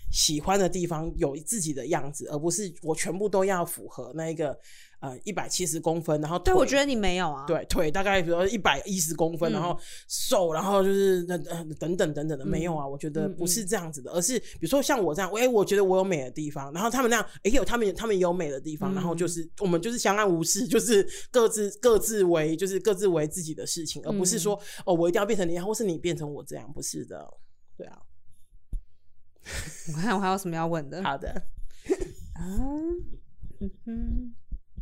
喜欢的地方有自己的样子，而不是我全部都要符合那个呃一百七十公分，然后腿对，我觉得你没有啊， 对，腿大概比如说一百一十公分、嗯、然后瘦，然后就是呃等等等等的、嗯、没有啊，我觉得不是这样子的、嗯、而是比如说像我这样，哎、欸，我觉得我有美的地方，然后他们那样，哎、欸，有他们他们也有美的地方、嗯、然后就是我们就是相安无事，就是各自各自为就是各自为自己的事情，而不是说、嗯、哦我一定要变成你或是你变成我这样，不是的，对啊。 我看我还有什么要问的。 好的。 啊，嗯哼。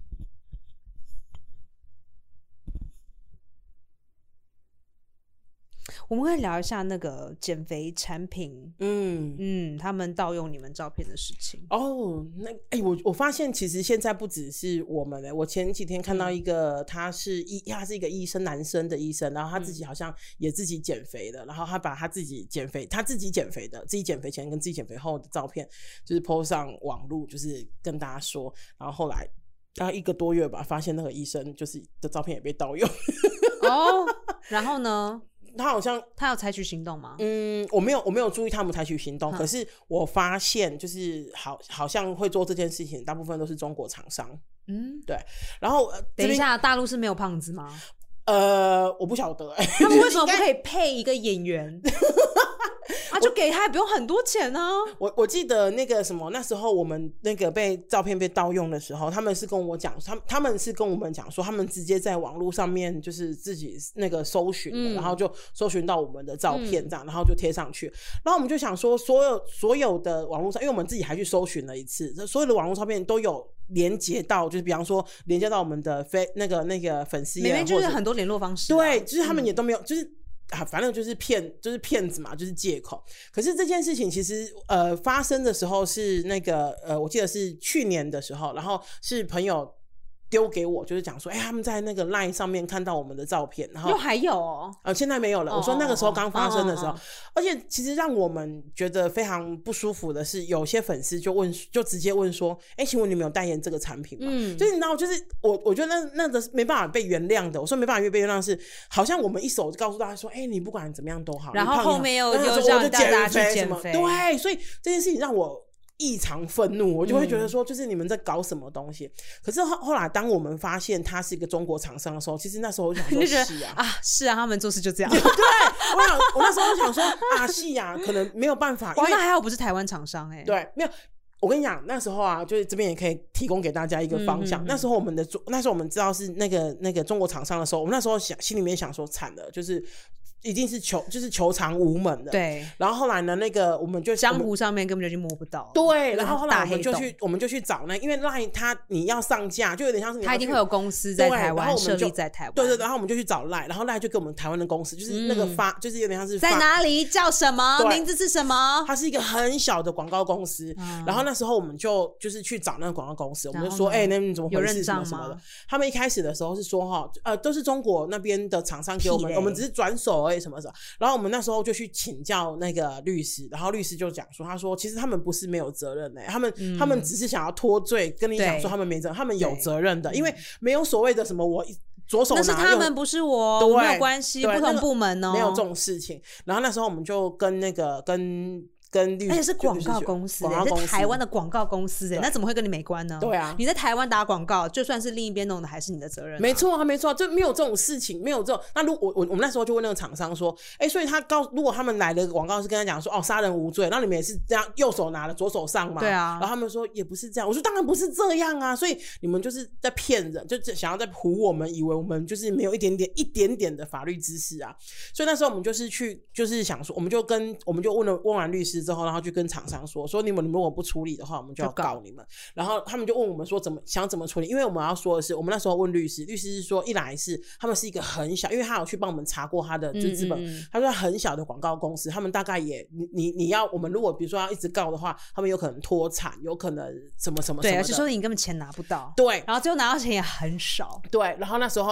我们可以聊一下那个减肥产品，嗯嗯，他们盗用你们照片的事情。 哦，那哎、欸，我我发现其实现在不只是我们嘞、欸，我前几天看到一个，他是医，他是一个医生，男生的医生，然后他自己好像也自己减肥的，然后他把他自己减肥，他自己减肥的，自己减肥前跟自己减肥后的照片，就是 po 上网路，就是跟大家说，然后后来大概一个多月吧，发现那个医生就是的照片也被盗用。 哦，然后呢？ 他好像他有采取行动吗？ 嗯，我没有，我没有注意他们采取行动。可是我发现，就是好，好像会做这件事情，大部分都是中国厂商。嗯，对。然后、呃、 等一下，大陆是没有胖子吗？ 呃，我不晓得、欸， 他们为什么不可以配一个演员？啊，就给他也不用很多钱呢、啊。 我我记得那个什么，那时候我们那个被照片被盗用的时候，他们是跟我讲，他们他们是跟我们讲说，他们直接在网络上面就是自己那个搜寻的、嗯，然后就搜寻到我们的照片这样，嗯、然后就贴上去。然后我们就想说，所有所有的网络上，因为我们自己还去搜寻了一次，所有的网络照片都有连接到，就是比方说连接到我们的非那个那个粉丝页， 里面就是很多联络方式、啊， 对，就是他们也都没有，嗯、就是。啊，反正就是骗，就是骗子嘛，就是借口。可是这件事情其实呃发生的时候是那个呃，我记得是去年的时候，然后是朋友丢给我，就是讲说，哎、欸，他们在那个 LINE 上面看到我们的照片，然后又还有哦， 呃，现在没有了。 哦、 我说那个时候刚发生的时候， 哦哦哦而且其实让我们觉得非常不舒服的是，有些粉丝就问，就直接问说，哎、欸，请问你们有代言这个产品吗？嗯，就是你知道，就是我我觉得那那个是没办法被原谅的。我说没办法被原谅是，好像我们一手告诉大家说，哎、欸，你不管怎么样都好， 然后后面又又让大家去减减肥， 对，所以这件事情让我异常愤怒，我就会觉得说，就是你们在搞什么东西？嗯、可是后后来，当我们发现他是一个中国厂商的时候，其实那时候我就想说，是啊， 啊，是啊，他们做事就这样。 对，我想，我那时候就想说，啊，是啊，可能没有办法。 哇，那还好不是台湾厂商哎、欸。 对，没有。我跟你讲，那时候啊，就是这边也可以提供给大家一个方向。嗯嗯嗯那时候我们的，那时候我们知道是那个那个中国厂商的时候，我们那时候想心里面想说，惨了，就是。一定是求就是求偿无门的， 对。 然后后来呢，那个我们就江湖上面根本就去摸不到， 对。然后后来我们就去，我们就去找那，因为 LINE 它你要上架，就有点像是你它一定会有公司在台湾设立在台湾， 对对。然后我们就去找 LINE， 然后 LINE 就给我们台湾的公司，就是那个发，嗯、就是有点像是在哪里叫什么名字是什么？ 它是一个很小的广告公司。嗯、然后那时候我们就就是去找那个广告公司，我们就说，哎、欸，那你怎么回事？什么什么的？他们一开始的时候是说哈，呃，都是中国那边的厂商给我们，我们只是转手而已，什么什么。然后我们那时候就去请教那个律师，然后律师就讲说，他说其实他们不是没有责任的、欸，他们、嗯、他们只是想要脱罪，跟你讲说他们没责任，他们有责任的，因为没有所谓的什么我左手拿， 那是他们不是我，没有关系，不同部门哦、喔， 没有这种事情。然后那时候我们就跟那个跟。跟律而且是广告公司、欸，是台湾的广告公司、欸，那怎么会跟你没关呢？ 对啊， 你在台湾打广告，就算是另一边弄的，还是你的责任、啊。 没错啊，没错、啊，就没有这种事情，没有这种。那如果我我我们那时候就问那个厂商说，哎、欸，所以他告，如果他们来的广告是跟他讲说，哦，杀人无罪，那你们也是这样，右手拿了，左手上嘛？ 对啊。 然后他们说也不是这样，我说当然不是这样啊，所以你们就是在骗人，就想要在唬我们，以为我们就是没有一点点一点点的法律知识啊。所以那时候我们就是去，就是想说，我们就跟我们就问了问完律师之后，然后就跟厂商说说你们如果不处理的话，我们就要告你们。然后他们就问我们说怎么想怎么处理，因为我们要说的是，我们那时候问律师，律师是说，一来是他们是一个很小，因为他有去帮我们查过他的就资本，嗯嗯他说很小的广告公司，他们大概也你你你要我们如果比如说要一直告的话，他们有可能脱产，有可能什么什么什么的， 对，而且说你根本钱拿不到， 对， 然后最后拿到钱也很少， 对。然后那时候他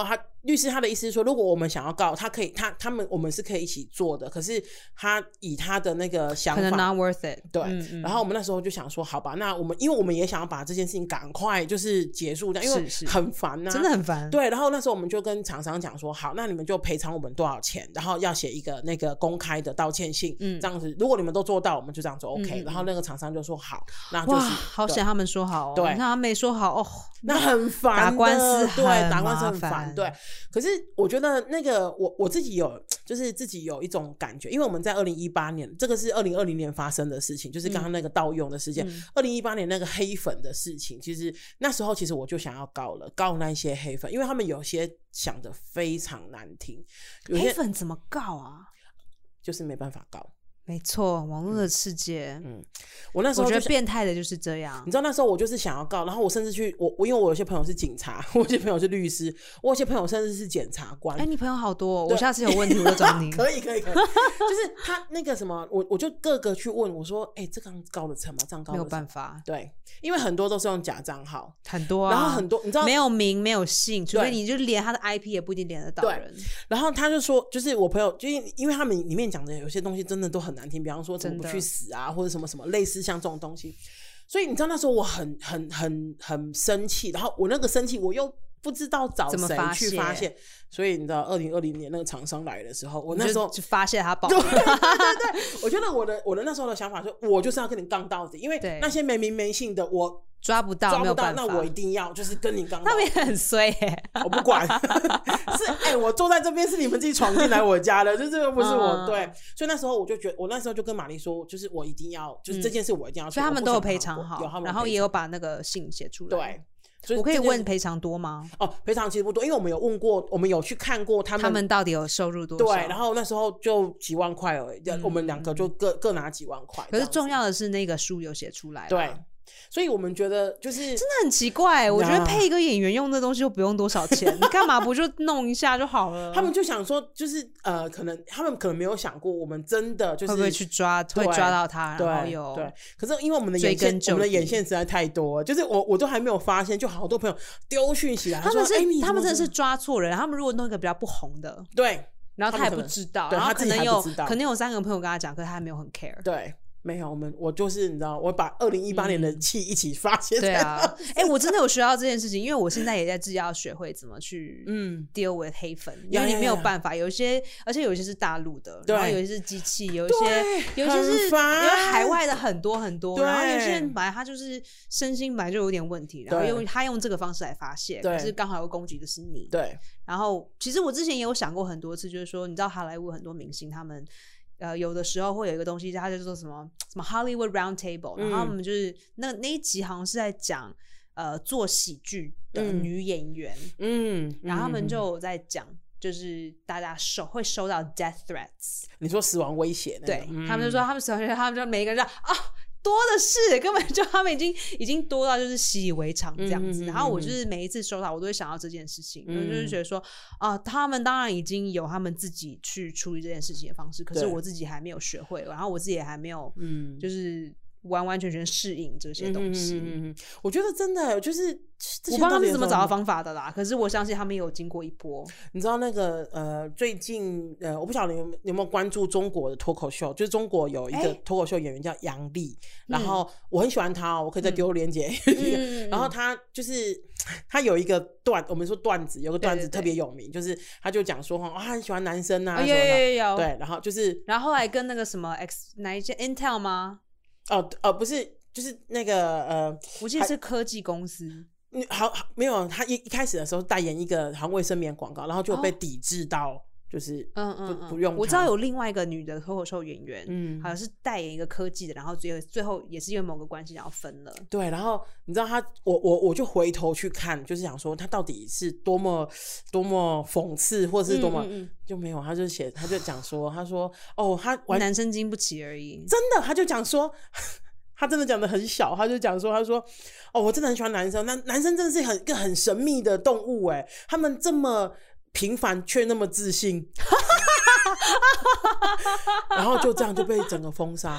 律师他的意思是说，如果我们想要告他，可以他他们我们是可以一起做的，可是他以他的那个想法可能 not worth it。 对， 嗯嗯、 然后我们那时候就想说，好吧，那我们因为我们也想要把这件事情赶快就是结束掉，因为很烦啊， 真的很烦。 对，然后那时候我们就跟厂商讲说，好，那你们就赔偿我们多少钱，然后要写一个那个公开的道歉信，嗯，这样子，如果你们都做到，我们就这样子 OK、嗯。然后那个厂商就说好，那就是好险他们说好、哦， 对， 那他没说好哦， 那很烦， 打官司很对，打官司很烦，对。可是我觉得那个我我自己有就是自己有一种感觉，因为我们在二零一八年，这个是二零二零年发生的事情，就是刚刚那个盗用的事件。二零一八年那个黑粉的事情，其实那时候其实我就想要告了，告那些黑粉，因为他们有些想的非常难听。 黑粉怎么告啊？ 就是没办法告。 没错，网络的世界， 嗯，我那时候我觉得变态的就是这样。 你知道那时候我就是想要告，然后我甚至去我我因为我有些朋友是警察，我有些朋友是律师，我有些朋友甚至是检察官。 哎、欸，你朋友好多、哦，我下次有问题我就找你。 可以可以可以，就是他那个什么，我我就各个去问我说，哎、欸，这个告得成吗？这样告得成？ 没有办法， 对，因为很多都是用假账号， 很多、啊， 然后很多你知道没有名没有姓，除非你就连他的 I P 也不一定连得到人。 然后他就说，就是我朋友，就因为他们里面讲的有些东西真的都很难听，比方说怎么不去死啊，或者什么什么类似像这种东西，所以你知道那时候我很很很很生气，然后我那个生气我又不知道找谁去发泄，所以你知道二零二零年那个厂商来的时候，我那时候就发泄他爆对对对对，我觉得我的我的那时候的想法就我就是要跟你杠到底，因为那些没名没姓的我抓不到， 抓不到， 没有办法， 那我一定要就是跟你杠到底。 他们也很衰耶、欸， 我不管，是哎、欸，我坐在这边是你们自己闯进来我家的，就这个不是我、嗯、对，所以那时候我就觉得，我那时候就跟玛丽说，就是我一定要，就是这件事我一定要去、嗯， 所以他们都有赔偿好， 有他们然后也有把那个信写出来， 对。 我可以问赔偿多吗？ 哦，赔偿其实不多，因为我们有问过，我们有去看过他们， 他们到底有收入多少？ 对，然后那时时候就几万块而已、嗯，我们两个就各各拿几万块。 可是重要的是那个书有写出来， 对。所以我们觉得就是真的很奇怪，我觉得配一个演员用的东西又不用多少钱，你干嘛不就弄一下就好了？ 他们就想说，就是呃，可能他们可能没有想过，我们真的就是会不会去抓，会抓到他，然后有对。可是因为我们的眼线，我们的眼线实在太多，就是我我都还没有发现，就好多朋友丢讯息来， 他们是、 欸、 他们真的是抓错人，他们如果弄一个比较不红的， 对， 然后他也不知道，然后可能有可能有三个朋友跟他讲，可是他还没有很 care， 对。没有，我们我就是你知道，我把二零一八年的气一起发泄、嗯。 对啊，哎、欸，我真的有学到这件事情，因为我现在也在自己要学会怎么去嗯 deal with 黑粉，因为你没有办法，有一些而且有一些是大陆的，然后有一些是机器，有一些有一些是因为海外的很多很多，然后有些人本来他就是身心本来就有点问题，然后用他用这个方式来发泄，可是刚好又攻击的是你。对，然后其实我之前也有想过很多次，就是说你知道好莱坞很多明星他们。呃，有的时候会有一个东西，它就说什么什么 Hollywood Round Table，、嗯、然后他们就是那那一集好像是在讲呃做喜剧的女演员，嗯，然后他们就有在讲，就是大家收会收到 death threats， 你说死亡威胁、那個， 对、嗯、他们就说他们死亡威胁，他们就每一个人就啊。多的是，根本就他们已经已经多到就是习以为常这样子、嗯。然后我就是每一次收到，我都会想到这件事情，嗯、就是觉得说啊、呃，他们当然已经有他们自己去处理这件事情的方式，可是我自己还没有学会，然后我自己也还没有，嗯，就是完完全全适应这些东西。嗯嗯嗯、 我觉得真的就是我不知道他们是怎么找到方法的啦，可是我相信他们也有经过一波。 你知道那个呃，最近呃，我不晓得你有有没有关注中国的脱口秀，就是中国有一个脱口秀演员叫杨笠、欸，然后我很喜欢他哦，我可以再丢链接。嗯、然后他就是他有一个段，我们说段子，有个段子特别有名，对对对，就是他就讲说哦，他很喜欢男生啊， 哦、有有有有， 对，然后就是然后后来跟那个什么 X 哪一间 Intel 吗？ 哦呃不是，就是那个呃， 我记得是科技公司。 好，好没有，他一一开始的时候代言一个好像卫生棉广告，然后就被抵制到，就是嗯嗯不不用。 我知道有另外一个女的脱口秀演员，嗯，好像是代言一个科技的，然后最后最后也是因为某个关系然后分了。 对，然后你知道他，我我我就回头去看，就是想说他到底是多么多么讽刺，或者是多么、嗯嗯嗯、就没有，他就写他就讲说，他说哦，他男生经不起而已， 真的，他就讲说。他真的讲的很小，他就讲说，他说，哦，我真的很喜欢男生，那男生真的是很一个很神秘的动物，哎，他们这么平凡却那么自信，然后就这样就被整个封杀。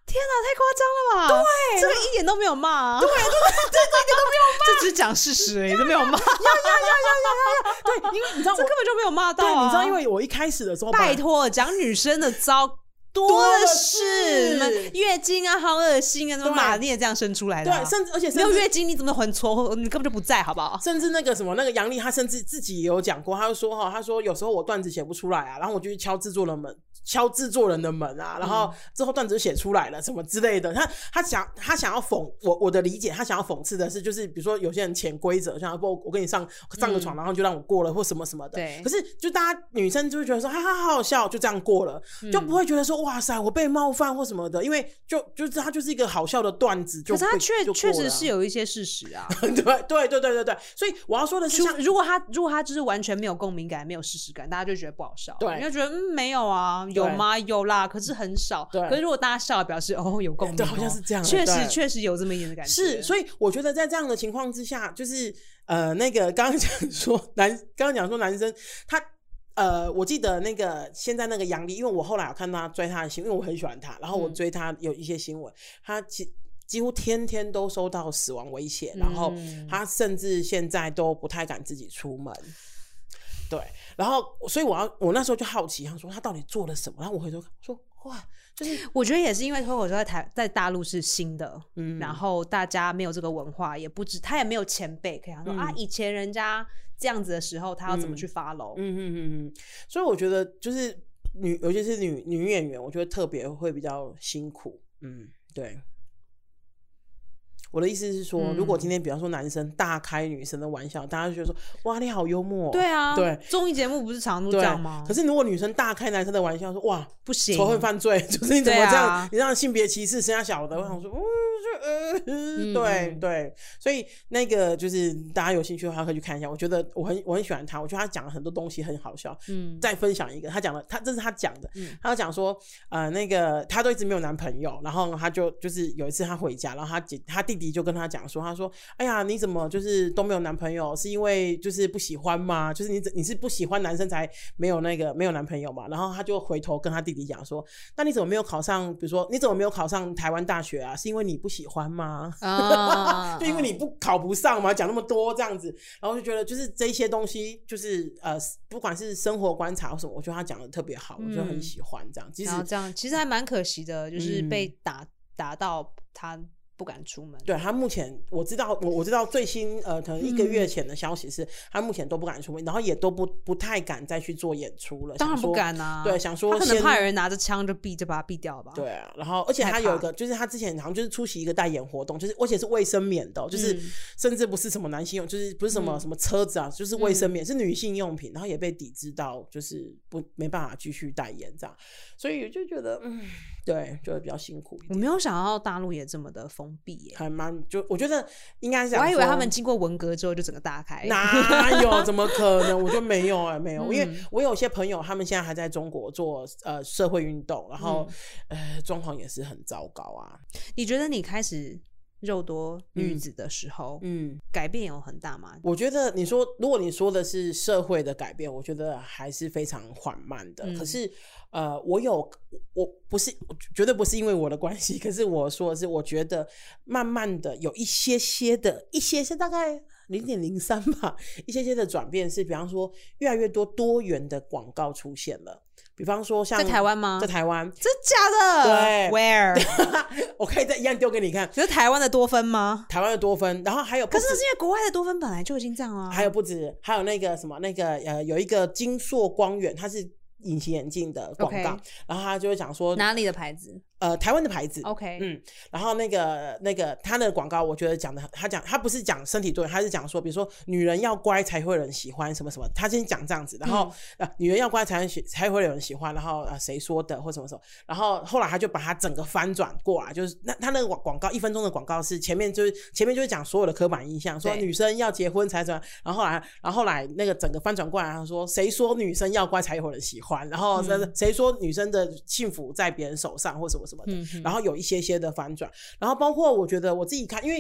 天哪，太夸张了吧？ 对， 这个一点都没有骂啊！ 对，这这这一点都没有骂， 这只是讲事实而已，都没有骂。呀呀呀呀呀呀！对，因为你知道， 这根本就没有骂到、啊。 对，你知道，因为我一开始的时候， 拜托，讲女生的糟。多的是，什么月经啊，好恶心啊！什么马你也这样生出来的、啊？ 对，甚至而且没有月经，你怎么很挫？你根本就不在，好不好？ 甚至那个什么，那个杨丽，她甚至自己也有讲过，她就说哈，她说有时候我段子写不出来啊，然后我就去敲制作人门，敲制作人的门啊，然后之后段子就写出来了，什么之类的。他他想他想要讽我我的理解，他想要讽刺的是，就是比如说有些人潜规则，像不我跟你上上个床，然后就让我过了，或什么什么的。 对。 可是就大家女生就会觉得说，哈哈，好好笑，就这样过了，就不会觉得说，哇塞，我被冒犯或什么的，因为就就是它就是一个好笑的段子，就可是它确确实是有一些事实啊。 对对对对对对，所以我要说的是像， 如果他如果他就是完全没有共鸣感，没有事实感，大家就觉得不好笑。对，你就觉得嗯没有啊，有吗？有啦，可是很少。对，可是如果大家笑，表示哦有共鸣、哦， 对，好像是这样， 确实确实有这么一点的感觉。 是，所以我觉得在这样的情况之下，就是呃那个刚刚讲说男，刚刚讲说男生他。呃，我记得那个现在那个杨丽，因为我后来有看到他追他的新闻，因为我很喜欢他，然后我追他有一些新闻，嗯、他几几乎天天都收到死亡威胁，然后他甚至现在都不太敢自己出门。对，然后所以我要我那时候就好奇，他说他到底做了什么？然后我回头说哇。就是我觉得也是因为脱口秀在台在大陆是新的，嗯，然后大家没有这个文化，也不知他也没有前辈可以说、嗯、啊，以前人家这样子的时候，他要怎么去 follow？ 嗯嗯嗯嗯，所以我觉得就是女，尤其是女女演员，我觉得特别会比较辛苦。嗯，对。我的意思是说、嗯、如果今天比方说男生大开女生的玩笑，大家就觉得说哇你好幽默、哦、 对啊， 对， 综艺节目不是常都这样吗？ 可是如果女生大开男生的玩笑说哇不行， 仇恨犯罪，就是你怎么这样、啊、你这样性别歧视生下小的，我想说嗯呃嗯对对，所以那个就是大家有兴趣的话可以去看一下，我觉得我很我很喜欢他，我觉得他讲了很多东西很好笑。嗯，再分享一个他讲的，他这是他讲的、嗯、他讲说呃那个他都一直没有男朋友，然后他就就是有一次他回家，然后他姐他弟弟就跟他讲说，他说哎呀你怎么就是都没有男朋友，是因为就是不喜欢吗？就是你你是不喜欢男生才没有那个没有男朋友嘛？然后他就回头跟他弟弟讲说，那你怎么没有考上，比如说你怎么没有考上台湾大学啊？是因为你不喜欢吗？啊、就因为你不考不上嘛，讲那么多这样子，然后就觉得就是这些东西就是呃不管是生活观察或什么，我觉得他讲的特别好、嗯、我就很喜欢这样。其实然后这样其实还蛮可惜的，就是被打、嗯、打到他不敢出门。 对，他目前我知道我我知道最新呃可能一个月前的消息是、嗯、他目前都不敢出门，然后也都不不太敢再去做演出了。 当然不敢啊， 对，想说他可能怕有人拿着枪就毙就把他毙掉吧。 对啊，然后而且他有一个就是他之前好像就是出席一个代言活动，就是而且是卫生棉的、哦、就是、嗯、甚至不是什么男性用，就是不是什么、嗯、什么车子啊，就是卫生棉、嗯、是女性用品，然后也被抵制到就是不没办法继续代言这样，所以就觉得嗯对，就会比较辛苦一点。 我没有想到大陆也这么的封闭耶， 还蛮就我觉得应该是我还以为他们经过文革之后就整个大开， 哪有怎么可能？我觉得没有啊，没有、嗯，因为我有些朋友他们现在还在中国做呃社会运动，然后、嗯、呃状况也是很糟糕啊。 你觉得你开始肉多女子的时候，嗯，改变有很大吗？ 我觉得你说，如果你说的是社会的改变，我觉得还是非常缓慢的。嗯、可是，呃，我有，我不是绝对不是因为我的关系，可是我说的是，我觉得慢慢的有一些些的，一些些大概零点零三吧，一些些的转变是，比方说越来越多多元的广告出现了。比方说像在台湾吗？ 在台湾， 真假的？ 对 ，Where？ 我可以再一样丢给你看。 就是台湾的多芬吗？ 台湾的多芬，然后还有， 可是那是因为国外的多芬本来就已经这样了。 还有不止，还有那个什么，那个呃，有一个金硕光源，它是隐形眼镜的广告， okay. 然后他就会讲说哪里的牌子？ 呃，台湾的牌子 ，OK， 嗯，然后那个那个他的广告，我觉得讲的，他讲他不是讲身体对，他是讲说，比如说女人要乖才会有人喜欢什么什么，他先讲这样子，然后、嗯、呃女人要乖才会才会有人喜欢，然后呃谁说的或什么什么，然后后来他就把他整个翻转过来，就是那他那个广告一分钟的广告是前面就是前面就是讲所有的刻板印象，说女生要结婚才怎么，然后后来然后后来那个整个翻转过来，他说谁说女生要乖才有人喜欢，然后谁说女生的幸福在别人手上或什么什么的，嗯、然后有一些些的反转，然后包括我觉得我自己看，因为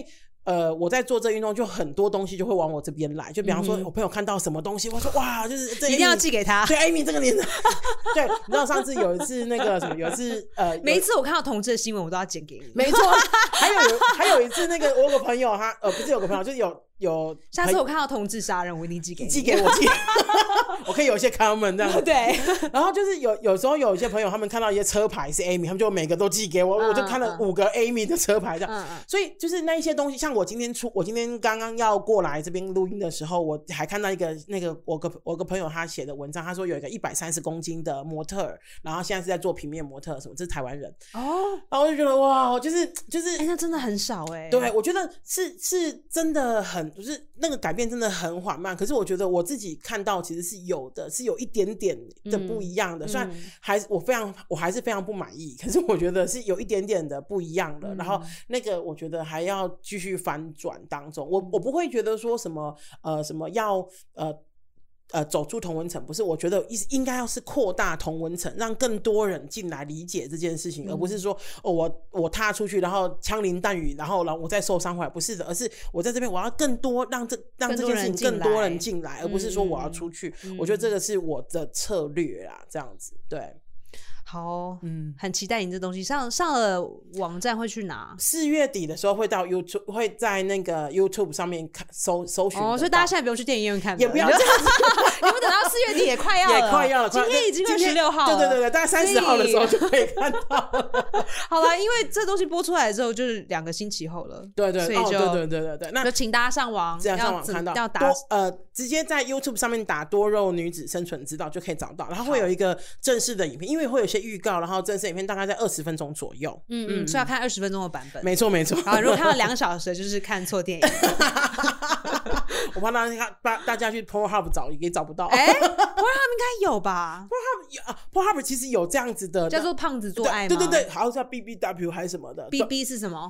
呃，我在做这运动，就很多东西就会往我这边来。就比方说，我朋友看到什么东西，我说哇，就是这一定要寄给他。 对 ，Amy 这个年代，对，你知道上次有一次那个什么，有一次呃， 每一次我看到同志的新闻，我都要剪给你。 没错，还有还有一次那个我有个朋友，他呃不是有个朋友，就是有。有下次我看到同志杀人，我一定寄给你， 寄给我寄，我可以有一些 comment 这样子。 对， 然后就是有有时候有一些朋友，他们看到一些车牌是 Amy， 他们就每个都寄给我，嗯、我就看了五个 Amy 的车牌这样。嗯嗯、所以就是那一些东西，像我今天出，我今天刚刚要过来这边录音的时候，我还看到一个那个我个我个朋友他写的文章，他说有一个一百三十公斤的模特，然后现在是在做平面模特什么，这是台湾人哦。然后我就觉得哇，就是就是， 哎、欸，那真的很少哎、欸。 对，我觉得是是真的很，就是那个。改变真的很缓慢，可是我觉得我自己看到其实是有的，是有一点点的不一样的。嗯、虽然还我非常，我还是非常不满意，可是我觉得是有一点点的不一样的。嗯、然后那个我觉得还要继续翻转当中，我我不会觉得说什么呃什么要呃。呃，走出同温层不是，我觉得应该要是扩大同温层，让更多人进来理解这件事情，嗯、而不是说哦，我我踏出去，然后枪林弹雨，然后然后我再受伤回来，不是的，而是我在这边我要更多让这让这件事情更多人进来，而不是说我要出去。嗯、我觉得这个是我的策略啦，这样子对。 好、哦，嗯，很期待你这东西上上了网站会去哪？ 四月底的时候会到 YouTube， 会在那个 YouTube 上面看搜搜寻。 哦，所以大家现在不用去电影院看， 也不要这样子， 你们等到四月底也快要了， 也快要了， 今天已经二十六号了，对对对对，大概三十号的时候就可以看到了。 好了，因为这东西播出来之后就是两个星期后了， 对对， 所以就、 哦、对对对对对，那就请大家上网， 这样上网看到， 要打呃，直接在 YouTube 上面打多肉女子生存之道就可以找到，然后会有一个正式的影片，因为会有一些预告，然后正式影片大概在二十分钟左右， 嗯嗯，所以要看二十分钟的版本， 没错没错。 然后如果看到两小时，就是看错电影。 我怕大家大家去 Pornhub 找也找不到。 哎、欸、，Pornhub 应该有吧 ？Pornhub 啊 ，Pornhub 其实有这样子的， 叫做胖子做爱吗？ 对对对，好像叫 B B W 还是什么的。 B B 是什么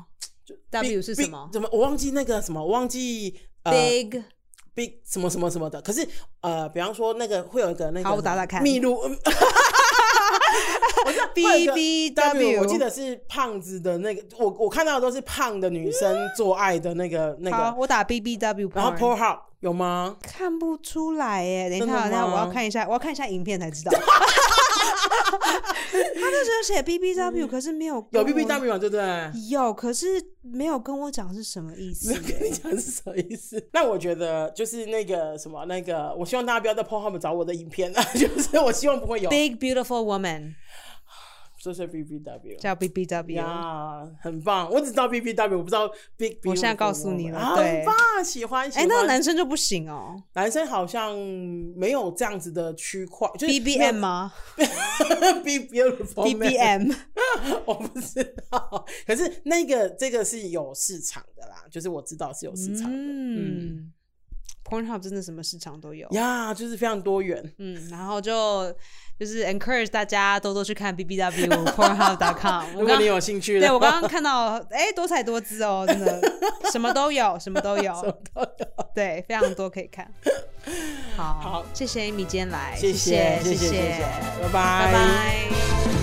？W 是什么？ 怎么我忘记那个什么？我忘记、呃、 Big Big 什么什么什么的。可是呃，比方说那个会有一个那个， 好，我打打看。 秘鲁。我知道 B B W， 我记得是胖子的那个，我我看到的都是胖的女生做爱的那个那个。 好，我打 B B W， 然后 Pornhub 有吗？ 看不出来耶，等一下，等一下，我要看一下，我要看一下影片才知道。他就只有写 B B W， 可是没有有 B B W 嘛，对不对？ 有，可是没有跟我讲是什么意思。 没有跟你讲是什么意思？那我觉得就是那个什么那个，我希望大家不要在 Pornhub 找我的影片啊，就是我希望不会有 Big Beautiful Woman。 就是 B B W， 叫 B B W 呀，很棒。我只知道 B B W， 我不知道 Big Beautiful。 我现在告诉你了， 啊、 对， 很棒，喜欢。 哎、欸，那个男生就不行哦。 男生好像没有这样子的区块，就是 B B M 吗 ？Be Beautiful B B M， 我不知道。可是那个这个是有市场的啦，就是我知道是有市场的。嗯。嗯 Pornhub 真的什么市场都有呀， yeah, 就是非常多元。 嗯，然后就就是 encourage 大家多多去看 B B W Pornhub dot com 如果你有兴趣的， 对，我刚刚看到，哎、欸，多彩多姿哦，真的什么都有，什么都有， 什么都有， 对，非常多可以看。好， 好， 谢谢 Amy 今天来， 谢谢， 谢谢， 谢谢，谢谢，拜拜， 拜拜。